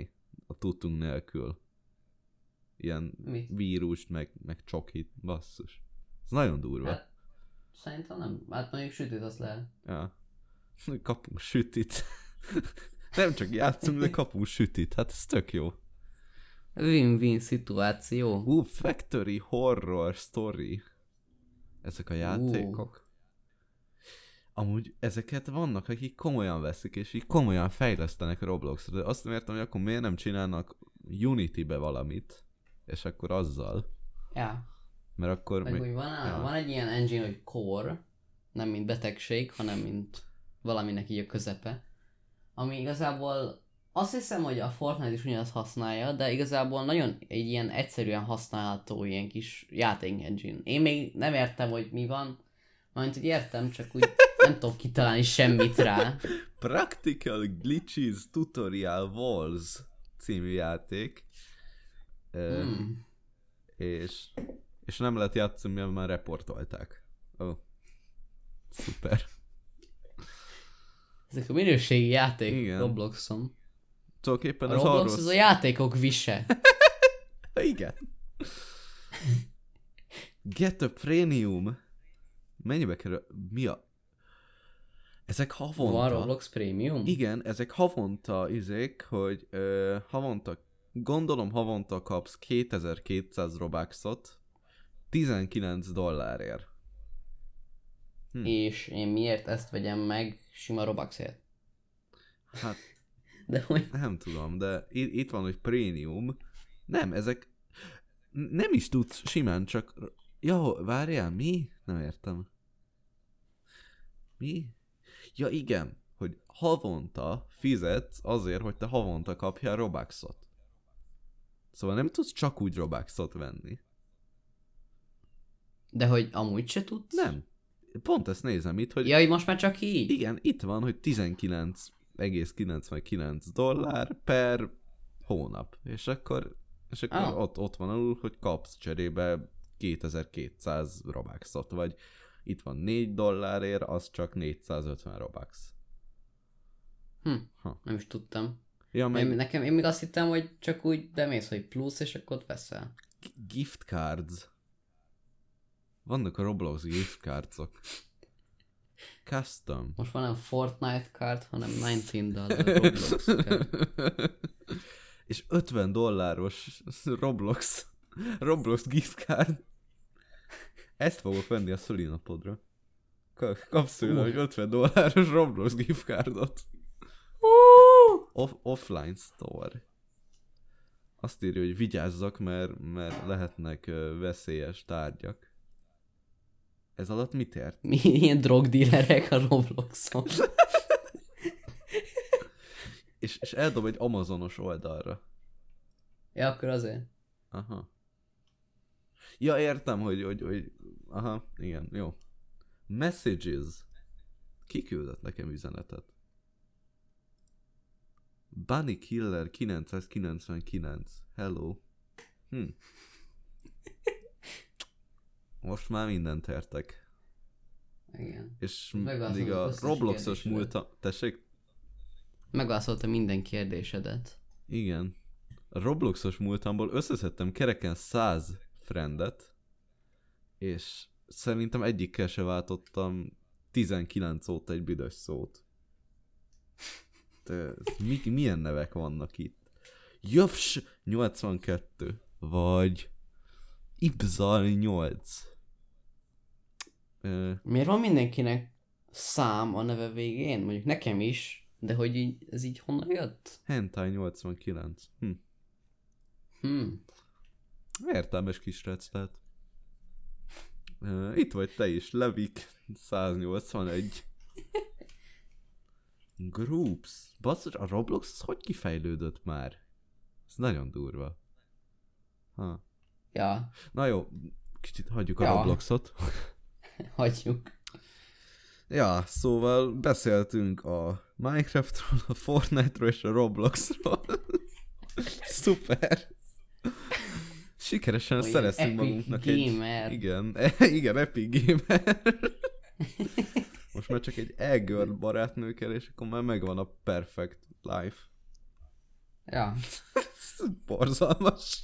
S2: a tudtunk nélkül. Ilyen vírust, meg csokit, basszus. Ez nagyon durva.
S1: Hát, szerintem nem. Hát mondjuk sütít azt lehet.
S2: Ja. Kapunk sütit. Nem csak játszunk, de kapunk sütit. Hát ez tök jó.
S1: Win-win szituáció.
S2: Factory Horror Story. Ezek a játékok. Amúgy ezeket vannak, akik komolyan veszik, és így komolyan fejlesztenek Robloxra. De azt nem értem, hogy akkor miért nem csinálnak Unity-be valamit, és akkor azzal.
S1: Ja.
S2: Mert akkor
S1: meg úgy van egy ilyen engine, hogy Core, nem mint betegség, hanem mint valaminek így a közepe. Ami igazából azt hiszem, hogy a Fortnite is ugyanazt használja, de igazából nagyon egy ilyen egyszerűen használható ilyen kis játék engine. Én még nem értem, hogy mi van, majd hogy értem, csak úgy nem tudok kitalálni semmit rá.
S2: Practical Glitches Tutorial Walls című játék. És nem lehet játszani, mert már reportolták. Szuper.
S1: Ezek a minőségi játék. Igen. Robloxon.
S2: Tulajdonképpen
S1: a Roblox az a játékok vise.
S2: Igen. Get a Premium. Mennyibe kerül? Mi a... Ezek havonta...
S1: Van Roblox Premium?
S2: Igen, ezek havonta hogy havonta, gondolom havonta kapsz 2200 Robuxot $19.
S1: És én miért ezt vegyem meg sima Robuxért?
S2: Hát,
S1: de hogy...
S2: nem tudom, de itt van, hogy Premium. Nem, ezek nem is tudsz simán, csak... Ja, várjál, mi? Nem értem. Mi? Ja, igen, hogy havonta fizetsz azért, hogy te havonta kapjál Robuxot. Szóval nem tudsz csak úgy Robuxot venni.
S1: De hogy amúgy se tudsz?
S2: Nem. Pont ezt nézem itt, hogy...
S1: Jaj, most már csak így?
S2: Igen, itt van, hogy $19,99 per hónap. És akkor ott van alul, hogy kapsz cserébe 2200 Robuxot, vagy itt van $4, az csak 450 Robux.
S1: Nem is tudtam.
S2: Ja, meg...
S1: én még azt hittem, hogy csak úgy bemész, hogy plusz, és akkor ott veszel.
S2: Gift cards. Vannak a Roblox gift cardsok. Custom.
S1: Most van nem Fortnite card, hanem $19 Roblox card.
S2: És $50 Roblox gift card. Ezt fogok venni a szülinapodra. Kapsz tőle, hogy $50 Roblox gift cardot. Offline store. Azt írja, hogy vigyázzak, mert lehetnek veszélyes tárgyak. Ez alatt mit ért?
S1: Mi ilyen drogdílerek a Robloxon?
S2: és eldob egy Amazonos oldalra.
S1: Ja, akkor azért.
S2: Aha. Ja, értem, hogy... Aha, igen, jó. Messages. Ki küldött nekem üzenetet? Bunny Killer 999. Hello. Most már mindent értek.
S1: Igen.
S2: És mindig a Robloxos múlta... Tessék?
S1: Megválaszoltam minden kérdésedet.
S2: Igen. A Robloxos múltamból összeszedtem kereken 100 friendet, és szerintem egyikkel se váltottam 19 óta egy büdös szót. De milyen nevek vannak itt? Jövs 82, vagy Ibzal 8.
S1: Miért van mindenkinek szám a neve végén? Mondjuk nekem is, de hogy ez így honnan jött?
S2: Hentai 89. Értelmes kisrác, tehát. Itt vagy te is, Levik 181. Groups. Basszus, a Roblox az hogy kifejlődött már? Ez nagyon durva.
S1: Ja.
S2: Na jó, kicsit hagyjuk a Robloxot.
S1: Hagyjuk.
S2: Ja, szóval beszéltünk a Minecraftról, a Fortnite-ról és a Robloxról. Szuper! Sikeresen szereztünk magunknak
S1: gamer.
S2: Igen, Epic Gamer. Most már csak egy e-girl barátnő kell, és akkor már megvan a perfect life.
S1: Ja.
S2: Borzalmas.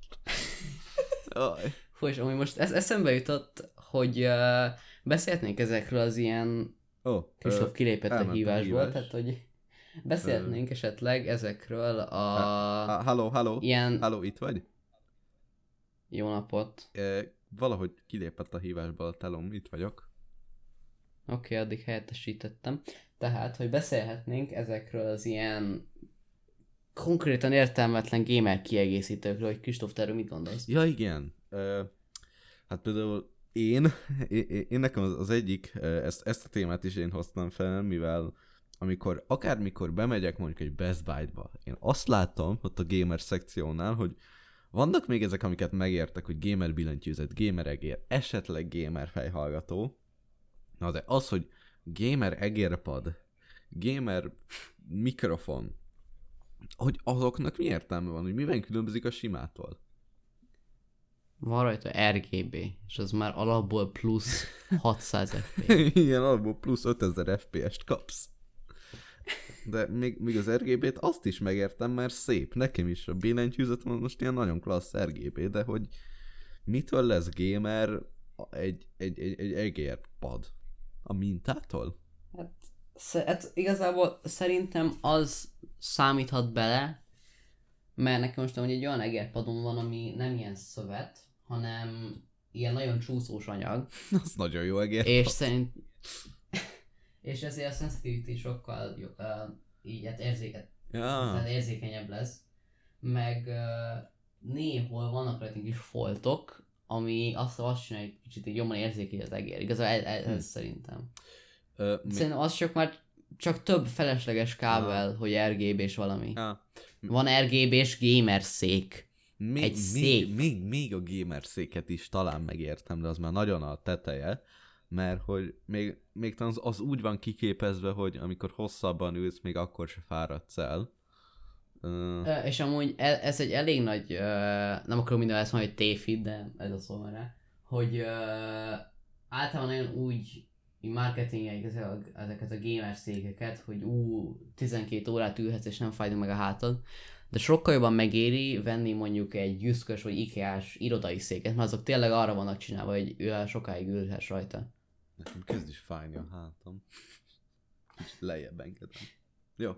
S1: Fú, és ami most eszembe jutott, hogy beszélhetnénk ezekről az ilyen... Kristóf kilépett a hívásból, tehát hogy beszélhetnénk esetleg ezekről a...
S2: Halló,
S1: ilyen...
S2: halló, itt vagy?
S1: Jó napot.
S2: Valahogy kilépett a hívásból a telom, itt vagyok.
S1: Oké, addig helyettesítettem. Tehát, hogy beszélhetnénk ezekről az ilyen konkrétan értelmetlen gamer kiegészítőkről, hogy Kristóf, te erről mit gondolsz?
S2: Ja, igen. Hát például én nekem az egyik, ezt a témát is én hoztam fel, mivel akármikor bemegyek mondjuk egy Best Buy-ba, én azt látom ott a gamer szekciónál, hogy vannak még ezek, amiket megértek, hogy gamer billentyűzet, gamer egér, esetleg gamer fejhallgató. Na de az, hogy gamer egérpad, gamer mikrofon, hogy azoknak mi értelme van, hogy miben különbözik a simától?
S1: Van rajta RGB, és az már alapból plusz 600 FPS.
S2: Igen, alapból plusz 5000 FPS-t kapsz. De még az RGB-t azt is megértem, mert szép. Nekem is a billentyűzet van most ilyen nagyon klassz RGB, de hogy mitől lesz gamer egy egérpad? A mintától?
S1: Hát igazából szerintem az számíthat bele, mert nekem most egy olyan egérpadon van, ami nem ilyen szövet, hanem ilyen nagyon csúszós anyag.
S2: Az nagyon jó egérpad.
S1: És ezért a sensitivity sokkal így hát érzékenyebb lesz. Meg néhol vannak rajta kis foltok, ami azt csinálja, hogy kicsit így jobban érzékeny az egér. Igazából ez szerintem. Szerintem az csak több felesleges kábel, hogy RGB-s valami. Van RGB-s gamer szék.
S2: Még a gamer széket is talán megértem, de az már nagyon a teteje, mert hogy még talán az úgy van kiképezve, hogy amikor hosszabban ülsz, még akkor se fáradsz el.
S1: És amúgy ez egy elég nagy, nem akarom minden ezt mondani, hogy tévhit, de ez a szó rá, hogy általában nagyon úgy marketingelik ezeket a gamer székeket, hogy 12 órát ülhetsz és nem fájdul meg a hátad, de sokkal jobban megéri venni mondjuk egy Jyszkös vagy Ikea-s irodai széket, mert azok tényleg arra vannak csinálva, hogy sokáig ülhess rajta.
S2: Nekem kezd is fájni a hátam. Lejjebb engedem. Jó.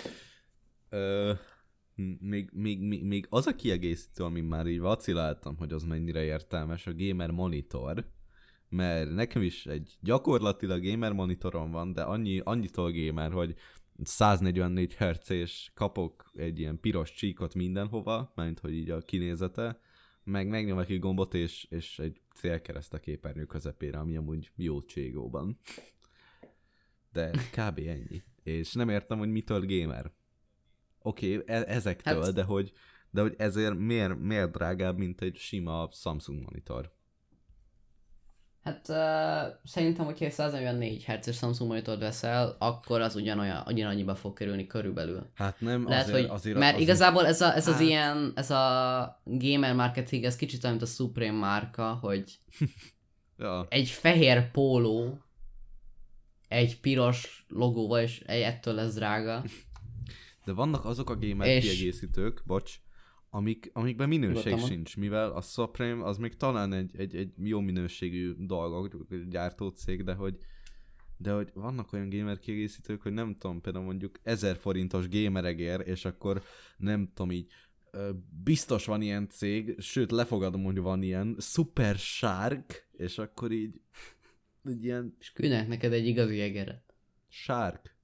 S2: Még az a kiegészítő, amin már így vaciláltam, hogy az mennyire értelmes, a gamer monitor, mert nekem is egy gyakorlatilag gamer monitorom van, de annyitól gamer, hogy 144 Hz és kapok egy ilyen piros csíkot mindenhova, mert hogy így a kinézete, meg megnyomok egy gombot és egy célkereszt a képernyő közepére, ami amúgy jó cségóban. De kb. Ennyi. És nem értem, hogy mitől gamer. Oké, ezektől, hát... de hogy ezért miért drágább, mint egy sima Samsung monitor?
S1: Hát szerintem, hogyha egy 144 Hz-es Samsung monitort veszel, akkor az ugyanannyiba fog kerülni körülbelül.
S2: Hát nem,
S1: lehet, mert igazából ez a gamer marketing, ez kicsit olyan, mint a Supreme márka, hogy
S2: ja.
S1: Egy fehér póló, egy piros logóval, és ettől lesz drága.
S2: De vannak azok a gamer kiegészítők, amikben minőség sincs, mivel a Supreme az még talán egy jó minőségű dolgok, egy gyártócég, de hogy vannak olyan gamer kiegészítők, hogy nem tudom, például mondjuk 1000 forintos gamer egér, és akkor nem tudom így, biztos van ilyen cég, sőt lefogadom, hogy van ilyen Super Shark, és akkor így egy ilyen...
S1: És küldenek neked egy igazi egeret.
S2: Shark.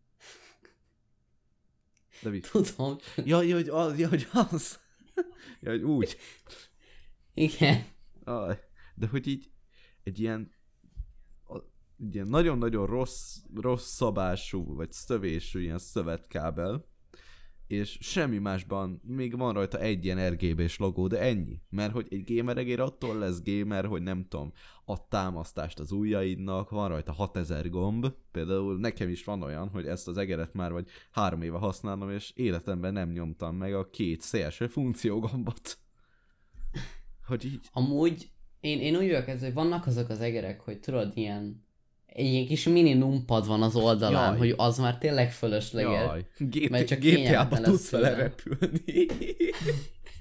S2: De mit?
S1: Tudom.
S2: Hogy az. Ja, hogy úgy.
S1: Igen.
S2: De hogy így egy ilyen nagyon-nagyon rossz szabású, vagy szövésű ilyen szövetkábel, és semmi másban még van rajta egy ilyen RGB-s logó, de ennyi. Mert hogy egy gamer egér attól lesz gamer, hogy nem tudom, ad támasztást az ujjaidnak, van rajta 6000 gomb, például nekem is van olyan, hogy ezt az egeret már vagy 3 éve használom, és életemben nem nyomtam meg a 2 szélső funkciógombot. Hogy így...
S1: Amúgy én úgy vagyok ezzel, hogy vannak azok az egerek, hogy tudod, egy ilyen kis mini numpad van az oldalán, jaj, hogy az már tényleg fölösleges.
S2: GTA-ba tudsz vele repülni.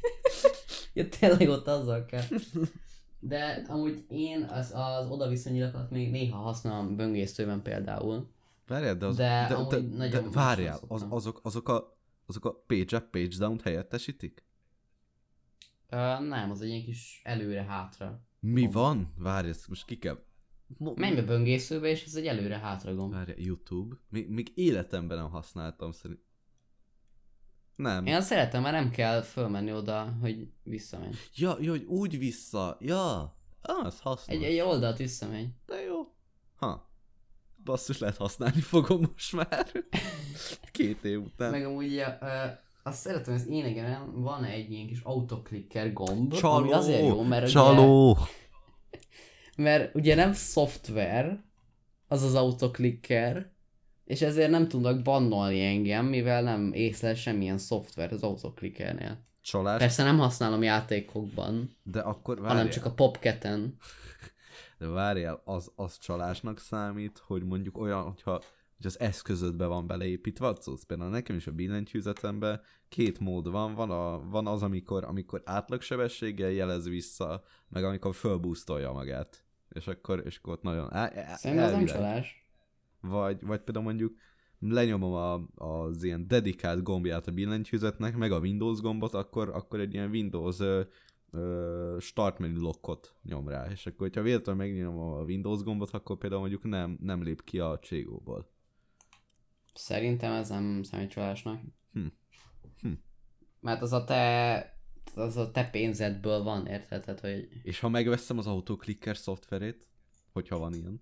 S1: tényleg ott azzal kell. De amúgy én az odaviszonyilakat még néha használom böngészőben például.
S2: Várjál, de várjál, azok a page up, page down-t helyettesítik?
S1: Nem, az egy ilyen kis előre-hátra.
S2: Mi van? Várj, ezt most ki kell...
S1: Menj be böngészőbe, és ez egy előre-hátra gomb.
S2: Várjál, YouTube? Még életemben nem használtam szerint. Nem.
S1: Én azt szeretem, mert nem kell fölmenni oda, hogy visszamegy.
S2: Ja, hogy úgy vissza. Ja. Az hasznos.
S1: Egy oldalt visszamegy.
S2: De jó. Basszus, lehet használni fogom most már. 2 év után.
S1: Meg amúgy azt szeretem, hogy az éneken van egy ilyen kis autoclicker gomb,
S2: Csaló,
S1: ami azért jó, mert
S2: csaló.
S1: ugye... Mert ugye nem szoftver, az az autoclicker, és ezért nem tudnak bannolni engem, mivel nem észlel semmilyen szoftver az autoclickernél.
S2: Csalás.
S1: Persze nem használom játékokban,
S2: de akkor várjál.
S1: hanem csak a Popcaten.
S2: De várjál, az csalásnak számít, hogy mondjuk olyan, hogy az eszközödbe van beleépítve a cucc. Például nekem is a billentyűzetemben 2 mód van. Van az, amikor átlagsebességgel jelez vissza, meg amikor fölboostolja magát. És akkor ott nagyon...
S1: Szerintem az nem csalás.
S2: Vagy például mondjuk lenyomom az ilyen dedikált gombját a billentyűzetnek, meg a Windows gombot, akkor egy ilyen Windows start menu lockot nyom rá. És akkor, hogyha véletlenül megnyomom a Windows gombot, akkor például mondjuk nem lép ki a cségóból.
S1: Szerintem ez nem számít csalásnak.
S2: Hm.
S1: Mert az a te pénzedből van, érted? Tehát, hogy...
S2: És ha megveszem az autoclicker szoftverét, hogyha van ilyen.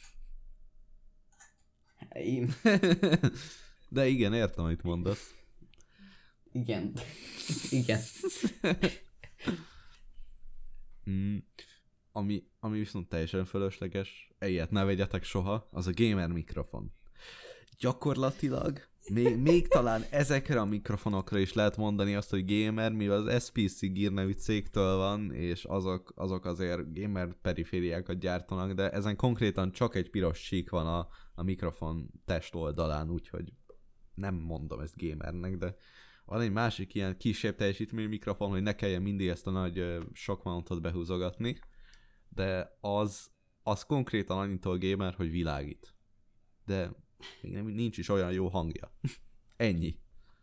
S2: De igen, értem, amit mondasz.
S1: Igen. Igen.
S2: Ami viszont teljesen fölösleges, ilyet ne vegyetek soha, az a gamer mikrofon. Gyakorlatilag még talán ezekre a mikrofonokra is lehet mondani azt, hogy gamer, mivel az SPC Gear nevű cégtől van, és azok azért gamer perifériákat gyártanak, de ezen konkrétan csak egy piros sík van a mikrofon test oldalán, úgyhogy nem mondom ezt gamernek, de van egy másik ilyen kisebb teljesítményű mikrofon, hogy ne kelljen mindig ezt a nagy shock mountot behúzogatni, de az konkrétan annyitól gamer, hogy világít. De még nincs is olyan jó hangja. Ennyi.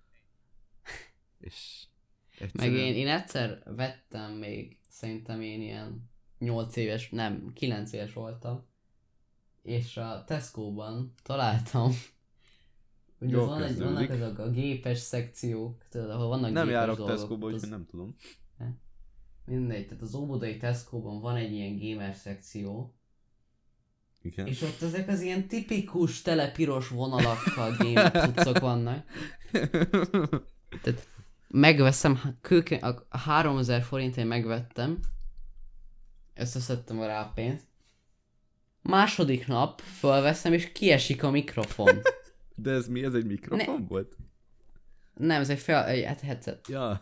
S2: És
S1: egyszerűen... Meg én egyszer vettem még, szerintem én ilyen 9 éves voltam, és a Tesco-ban találtam, hogy vannak azok a gépes szekciók, tudod, ahol vannak
S2: nem
S1: gépes
S2: járok
S1: dolgok.
S2: Tesco-ba, úgyhogy nem tudom.
S1: Mindegy, tehát az óbudai Tesco-ban van egy ilyen gamer szekció,
S2: igen.
S1: És ott ezek az ilyen tipikus telepiros vonalakkal game cuccok vannak. Tehát megveszem, a 3000 forintért megvettem, összeszedtem rá a pénzt. Második nap fölveszem, és kiesik a mikrofon.
S2: De ez mi? Ez egy mikrofon volt?
S1: Nem, ez egy headset.
S2: Ja.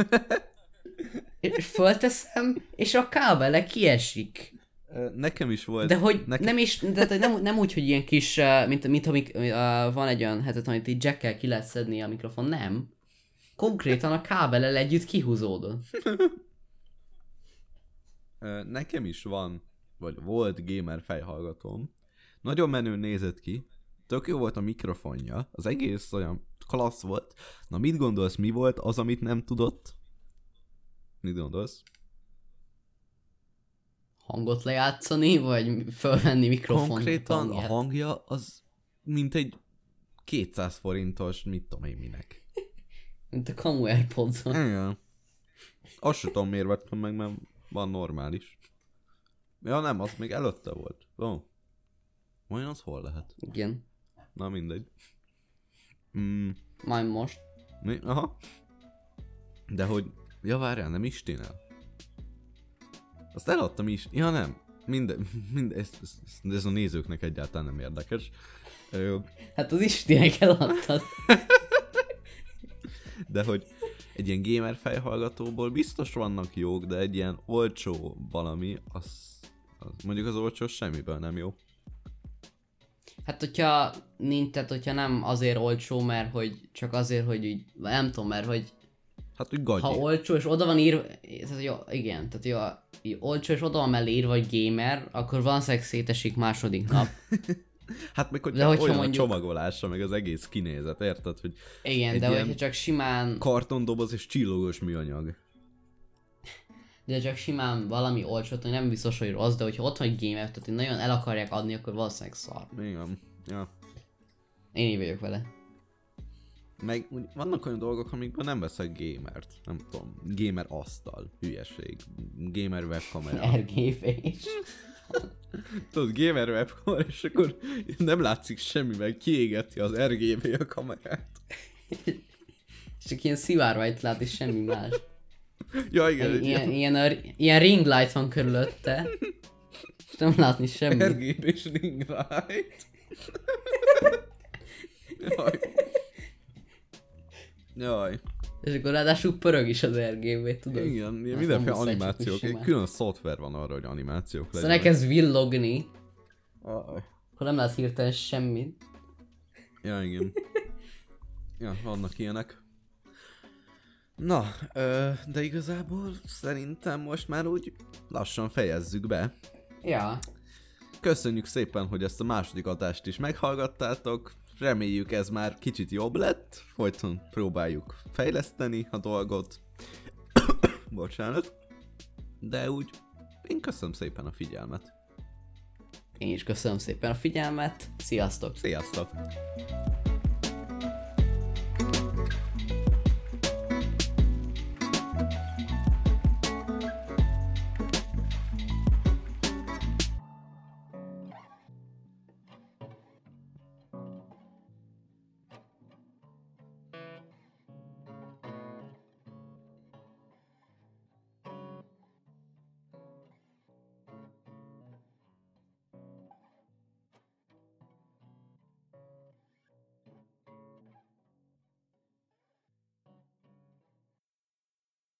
S1: És fölteszem, és a kábele kiesik.
S2: Nekem is volt.
S1: De hogy nem úgy, hogy ilyen kis, mint amik van egy olyan headset, amit így jackkel ki lehet szedni a mikrofon, nem. Konkrétan a kábellel együtt kihúzódott.
S2: Nekem is van, vagy volt gamer fejhallgatóm. Nagyon menőn nézett ki. Tök jó volt a mikrofonja. Az egész olyan klassz volt. Na mit gondolsz, mi volt az, amit nem tudott? Mit gondolsz?
S1: Hangot lejátszani, vagy fölvenni mikrofon?
S2: Konkrétan a hangja az mint egy 200 forintos, mit tudom én minek.
S1: Mint a Kamu Airpods-on.
S2: Igen. Azt sem tudom, miért vettem meg, mert van normális. Ja nem, az még előtte volt. Ó. Olyan az hol lehet?
S1: Igen.
S2: Na mindegy.
S1: Majd most.
S2: Mi? Aha. De hogy... Ja várjál, nem Istinél? Azt eladtam is. Ja nem. Ez a nézőknek egyáltalán nem érdekes.
S1: Hát az Istinek eladtad.
S2: De hogy egy ilyen gamer fejhallgatóból biztos vannak jók, de egy ilyen olcsó valami, az mondjuk az olcsó semmiből nem jó.
S1: Hát hogyha nem azért olcsó, mert hogy csak azért, hogy így, nem tudom, mert hogy
S2: Hát úgy gagyi.
S1: Ha olcsó és oda van írva, tehát jó, igen, tehát jó, olcsó és oda van mellé írva, hogy gamer, akkor valószínűleg szétesik második nap.
S2: Hát meg
S1: De hogyha
S2: olyan
S1: mondjuk...
S2: a csomagolása, meg az egész kinézet, érted? Hogy
S1: igen, de hogyha csak simán...
S2: kartondoboz és csillogós műanyag.
S1: De csak simán valami olcsót, hogy nem biztos, hogy rossz, de hogyha ott van egy gamer, tehát hogy nagyon el akarják adni, akkor valószínűleg szar.
S2: Igen, ja.
S1: Én így vagyok vele.
S2: Meg úgy, vannak olyan dolgok, amikben nem veszek gamert. Nem tudom, gamer asztal, hülyeség, gamer webkamera.
S1: RGB-s.
S2: Tudod, gamer webkamera, és akkor nem látszik semmi, meg kiégeti az RGB a kamerát.
S1: Csak ilyen szivárványt lát, és semmi más.
S2: Ja, igen.
S1: Ilyen ring light van körülötte. És nem látni semmi.
S2: RGB-s ring light. Jaj. Jaj.
S1: És akkor ráadásul pörög is az RGB, tudod?
S2: Igen, mindenféle animációk. Egy külön szoftver van arra, hogy animációk
S1: legyenek. Szóval elkezd villogni.
S2: Aj.
S1: Akkor nem látsz hirtelen semmit.
S2: Ja, igen. Ja, vannak ilyenek. Na, de igazából szerintem most már úgy lassan fejezzük be.
S1: Ja.
S2: Köszönjük szépen, hogy ezt a második adást is meghallgattátok. Reméljük ez már kicsit jobb lett. Folyton próbáljuk fejleszteni a dolgot. Bocsánat. De úgy én köszönöm szépen a figyelmet.
S1: Én is köszönöm szépen a figyelmet. Sziasztok!
S2: Sziasztok!